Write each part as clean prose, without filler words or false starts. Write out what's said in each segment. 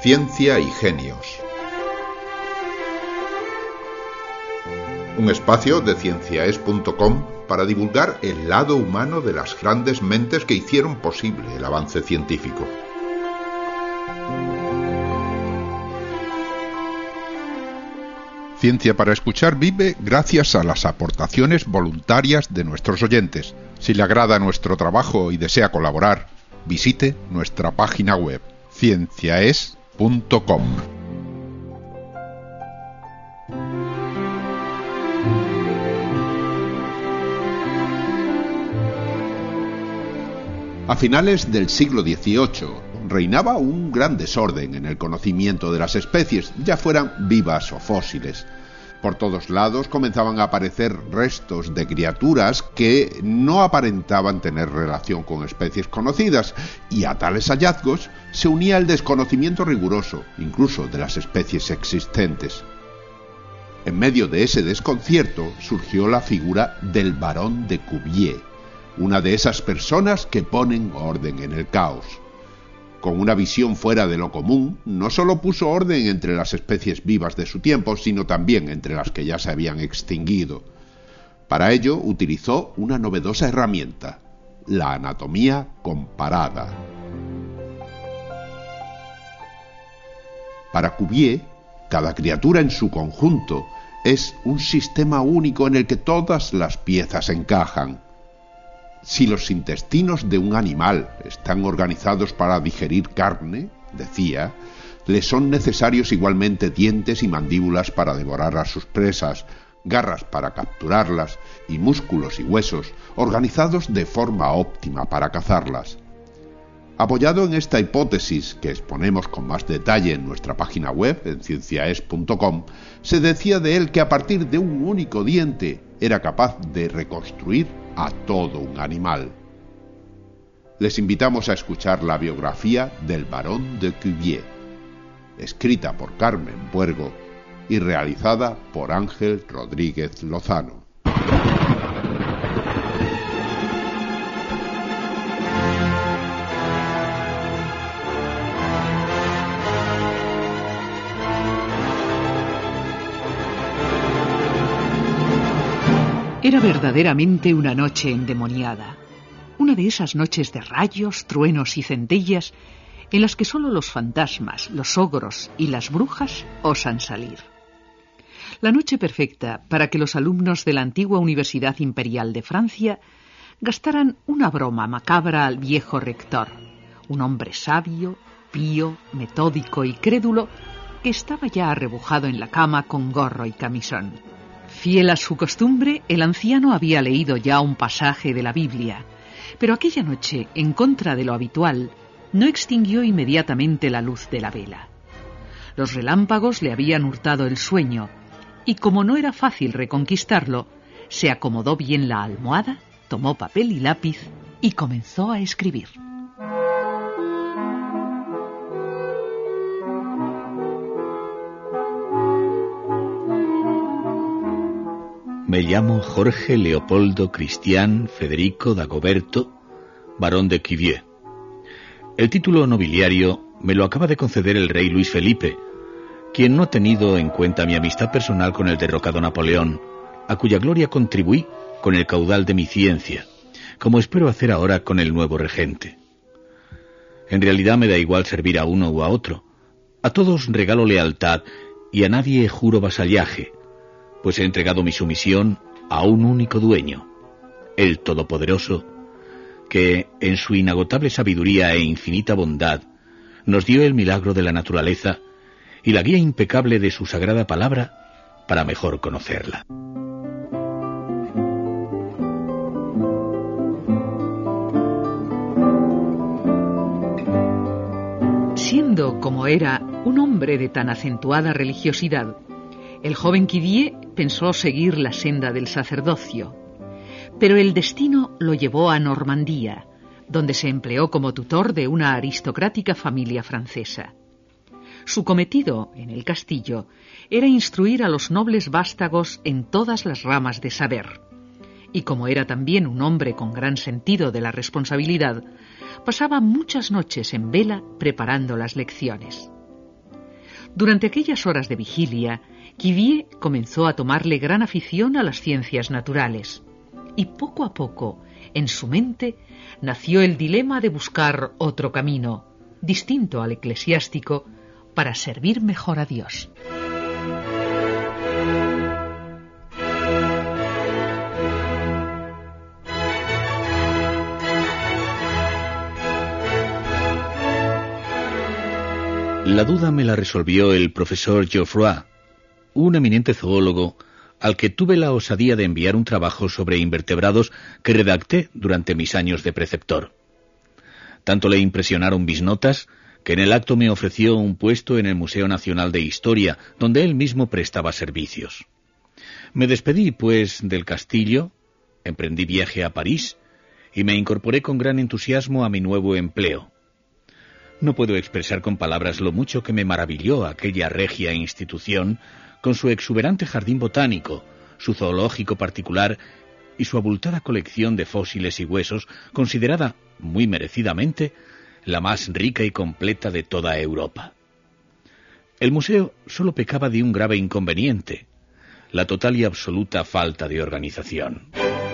Ciencia y Genios. Un espacio de cienciaes.com para divulgar el lado humano de las grandes mentes que hicieron posible el avance científico. Ciencia para Escuchar vive gracias a las aportaciones voluntarias de nuestros oyentes. Si le agrada nuestro trabajo y desea colaborar, visite nuestra página web cienciaes.com. A finales del siglo XVIII reinaba un gran desorden en el conocimiento de las especies, ya fueran vivas o fósiles. Por todos lados comenzaban a aparecer restos de criaturas que no aparentaban tener relación con especies conocidas, y a tales hallazgos se unía el desconocimiento riguroso, incluso de las especies existentes. En medio de ese desconcierto surgió la figura del Barón de Cuvier, una de esas personas que ponen orden en el caos. Con una visión fuera de lo común, no solo puso orden entre las especies vivas de su tiempo, sino también entre las que ya se habían extinguido. Para ello utilizó una novedosa herramienta, la anatomía comparada. Para Cuvier, cada criatura en su conjunto es un sistema único en el que todas las piezas encajan. Si los intestinos de un animal están organizados para digerir carne, decía, le son necesarios igualmente dientes y mandíbulas para devorar a sus presas, garras para capturarlas y músculos y huesos organizados de forma óptima para cazarlas. Apoyado en esta hipótesis, que exponemos con más detalle en nuestra página web, en cienciaes.com, se decía de él que a partir de un único diente era capaz de reconstruir a todo un animal. Les invitamos a escuchar la biografía del Barón de Cuvier, escrita por Carmen Puergo y realizada por Ángel Rodríguez Lozano. Era verdaderamente una noche endemoniada, una de esas noches de rayos, truenos y centellas en las que solo los fantasmas, los ogros y las brujas osan salir. La noche perfecta para que los alumnos de la antigua Universidad Imperial de Francia gastaran una broma macabra al viejo rector, un hombre sabio, pío, metódico y crédulo que estaba ya arrebujado en la cama con gorro y camisón. Fiel a su costumbre, el anciano había leído ya un pasaje de la Biblia, pero aquella noche, en contra de lo habitual, no extinguió inmediatamente la luz de la vela. Los relámpagos le habían hurtado el sueño, y como no era fácil reconquistarlo, se acomodó bien la almohada, tomó papel y lápiz y comenzó a escribir. Me llamo Jorge Leopoldo Cristián Federico Dagoberto, Barón de Cuvier. El título nobiliario me lo acaba de conceder el rey Luis Felipe, quien no ha tenido en cuenta mi amistad personal con el derrocado Napoleón, a cuya gloria contribuí con el caudal de mi ciencia, como espero hacer ahora con el nuevo regente. En realidad me da igual servir a uno o a otro. A todos regalo lealtad y a nadie juro vasallaje, pues he entregado mi sumisión a un único dueño, el Todopoderoso, que, en su inagotable sabiduría e infinita bondad, nos dio el milagro de la naturaleza y la guía impecable de su sagrada palabra para mejor conocerla. Siendo, como era, un hombre de tan acentuada religiosidad, el joven Cuvier pensó seguir la senda del sacerdocio, pero el destino lo llevó a Normandía, donde se empleó como tutor de una aristocrática familia francesa. Su cometido, en el castillo, era instruir a los nobles vástagos en todas las ramas de saber, y como era también un hombre con gran sentido de la responsabilidad, pasaba muchas noches en vela preparando las lecciones. Durante aquellas horas de vigilia, Cuvier comenzó a tomarle gran afición a las ciencias naturales. Y poco a poco, en su mente, nació el dilema de buscar otro camino, distinto al eclesiástico, para servir mejor a Dios. La duda me la resolvió el profesor Geoffroy, un eminente zoólogo al que tuve la osadía de enviar un trabajo sobre invertebrados que redacté durante mis años de preceptor. Tanto le impresionaron mis notas que en el acto me ofreció un puesto en el Museo Nacional de Historia, donde él mismo prestaba servicios. Me despedí, pues, del castillo, emprendí viaje a París y me incorporé con gran entusiasmo a mi nuevo empleo. No puedo expresar con palabras lo mucho que me maravilló aquella regia institución con su exuberante jardín botánico, su zoológico particular y su abultada colección de fósiles y huesos, considerada, muy merecidamente, la más rica y completa de toda Europa. El museo solo pecaba de un grave inconveniente: la total y absoluta falta de organización.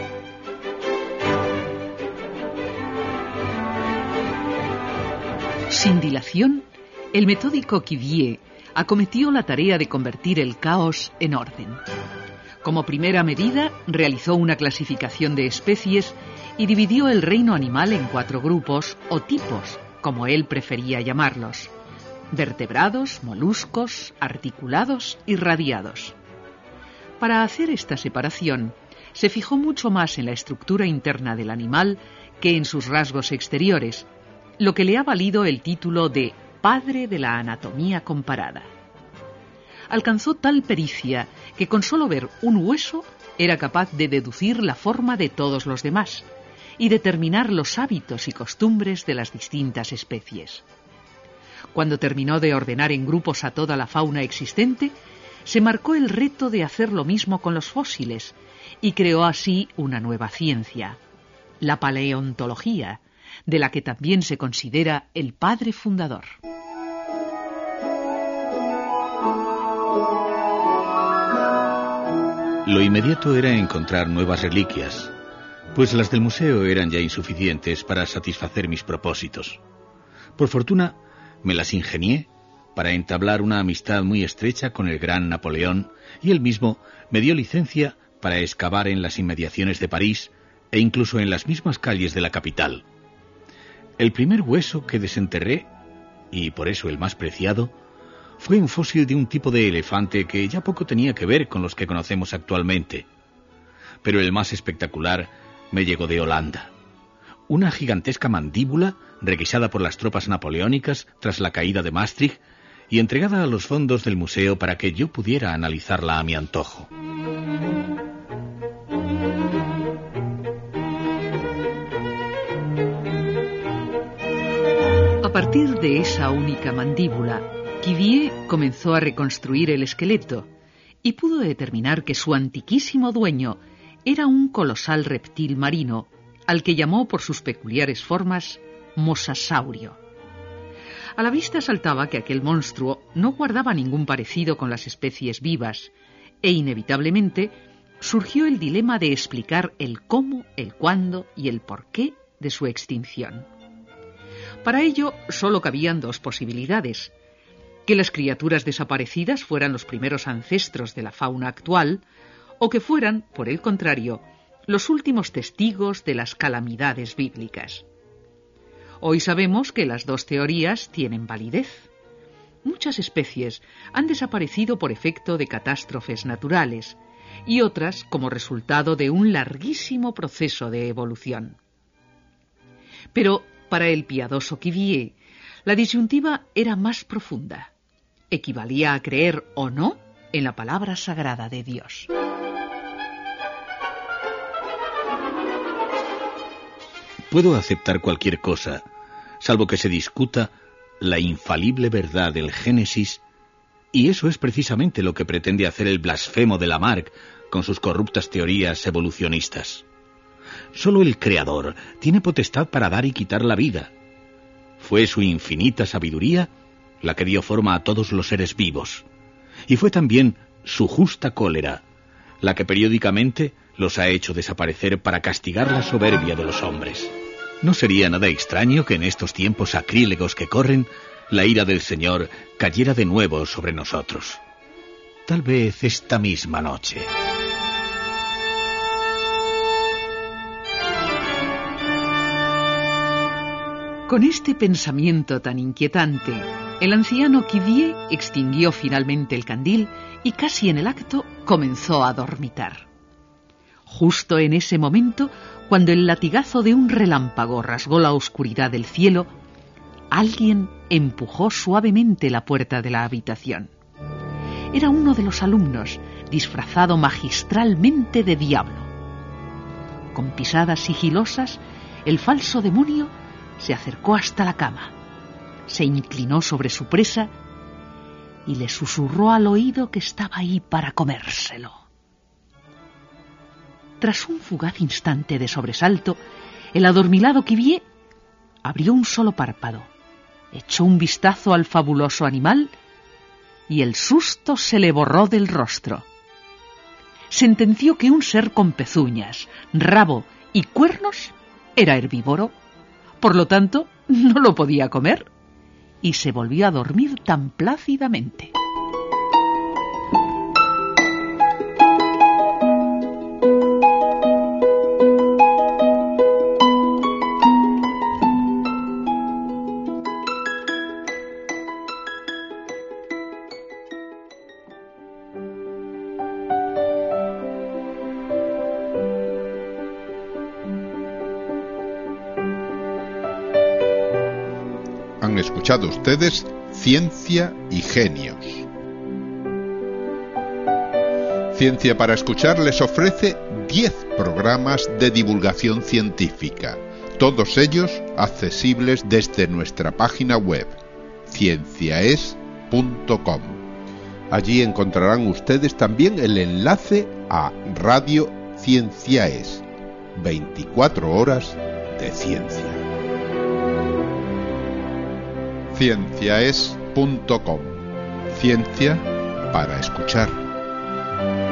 Sin dilación, el metódico Cuvier acometió la tarea de convertir el caos en orden. Como primera medida, realizó una clasificación de especies y dividió el reino animal en 4 grupos o tipos, como él prefería llamarlos: vertebrados, moluscos, articulados y radiados. Para hacer esta separación, se fijó mucho más en la estructura interna del animal que en sus rasgos exteriores, lo que le ha valido el título de padre de la anatomía comparada. Alcanzó tal pericia que con solo ver un hueso era capaz de deducir la forma de todos los demás y determinar los hábitos y costumbres de las distintas especies. Cuando terminó de ordenar en grupos a toda la fauna existente, se marcó el reto de hacer lo mismo con los fósiles y creó así una nueva ciencia, la paleontología, de la que también se considera el padre fundador. Lo inmediato era encontrar nuevas reliquias, pues las del museo eran ya insuficientes para satisfacer mis propósitos. Por fortuna, me las ingenié para entablar una amistad muy estrecha con el gran Napoleón, y él mismo me dio licencia para excavar en las inmediaciones de París e incluso en las mismas calles de la capital. El primer hueso que desenterré, y por eso el más preciado, fue un fósil de un tipo de elefante que ya poco tenía que ver con los que conocemos actualmente. Pero el más espectacular me llegó de Holanda. Una gigantesca mandíbula requisada por las tropas napoleónicas tras la caída de Maastricht y entregada a los fondos del museo para que yo pudiera analizarla a mi antojo. A partir de esa única mandíbula, Cuvier comenzó a reconstruir el esqueleto y pudo determinar que su antiquísimo dueño era un colosal reptil marino, al que llamó por sus peculiares formas mosasaurio. A la vista saltaba que aquel monstruo no guardaba ningún parecido con las especies vivas, e inevitablemente surgió el dilema de explicar el cómo, el cuándo y el porqué de su extinción. Para ello solo cabían 2 posibilidades: que las criaturas desaparecidas fueran los primeros ancestros de la fauna actual, o que fueran, por el contrario, los últimos testigos de las calamidades bíblicas. Hoy sabemos que las 2 teorías tienen validez. Muchas especies han desaparecido por efecto de catástrofes naturales y otras como resultado de un larguísimo proceso de evolución. Pero para el piadoso Cuvier, la disyuntiva era más profunda. Equivalía a creer o no en la palabra sagrada de Dios. Puedo aceptar cualquier cosa, salvo que se discuta la infalible verdad del Génesis, y eso es precisamente lo que pretende hacer el blasfemo de Lamarck con sus corruptas teorías evolucionistas. Solo el Creador tiene potestad para dar y quitar la vida. Fue su infinita sabiduría la que dio forma a todos los seres vivos. Y fue también su justa cólera la que periódicamente los ha hecho desaparecer para castigar la soberbia de los hombres. No sería nada extraño que en estos tiempos sacrílegos que corren, la ira del Señor cayera de nuevo sobre nosotros. Tal vez esta misma noche. Con este pensamiento tan inquietante, el anciano Cuvier extinguió finalmente el candil y casi en el acto comenzó a dormitar. Justo en ese momento, cuando el latigazo de un relámpago rasgó la oscuridad del cielo, alguien empujó suavemente la puerta de la habitación. Era uno de los alumnos, disfrazado magistralmente de diablo. Con pisadas sigilosas, el falso demonio se acercó hasta la cama, se inclinó sobre su presa y le susurró al oído que estaba ahí para comérselo. Tras un fugaz instante de sobresalto, el adormilado Cuvier abrió un solo párpado, echó un vistazo al fabuloso animal y el susto se le borró del rostro. Sentenció que un ser con pezuñas, rabo y cuernos era herbívoro, por lo tanto no lo podía comer, y se volvió a dormir tan plácidamente. Han escuchado ustedes Ciencia y Genios. Ciencia para Escuchar les ofrece 10 programas de divulgación científica, todos ellos accesibles desde nuestra página web, cienciaes.com. Allí encontrarán ustedes también el enlace a Radio Cienciaes, 24 horas de ciencia. Cienciaes.com. Ciencia para escuchar.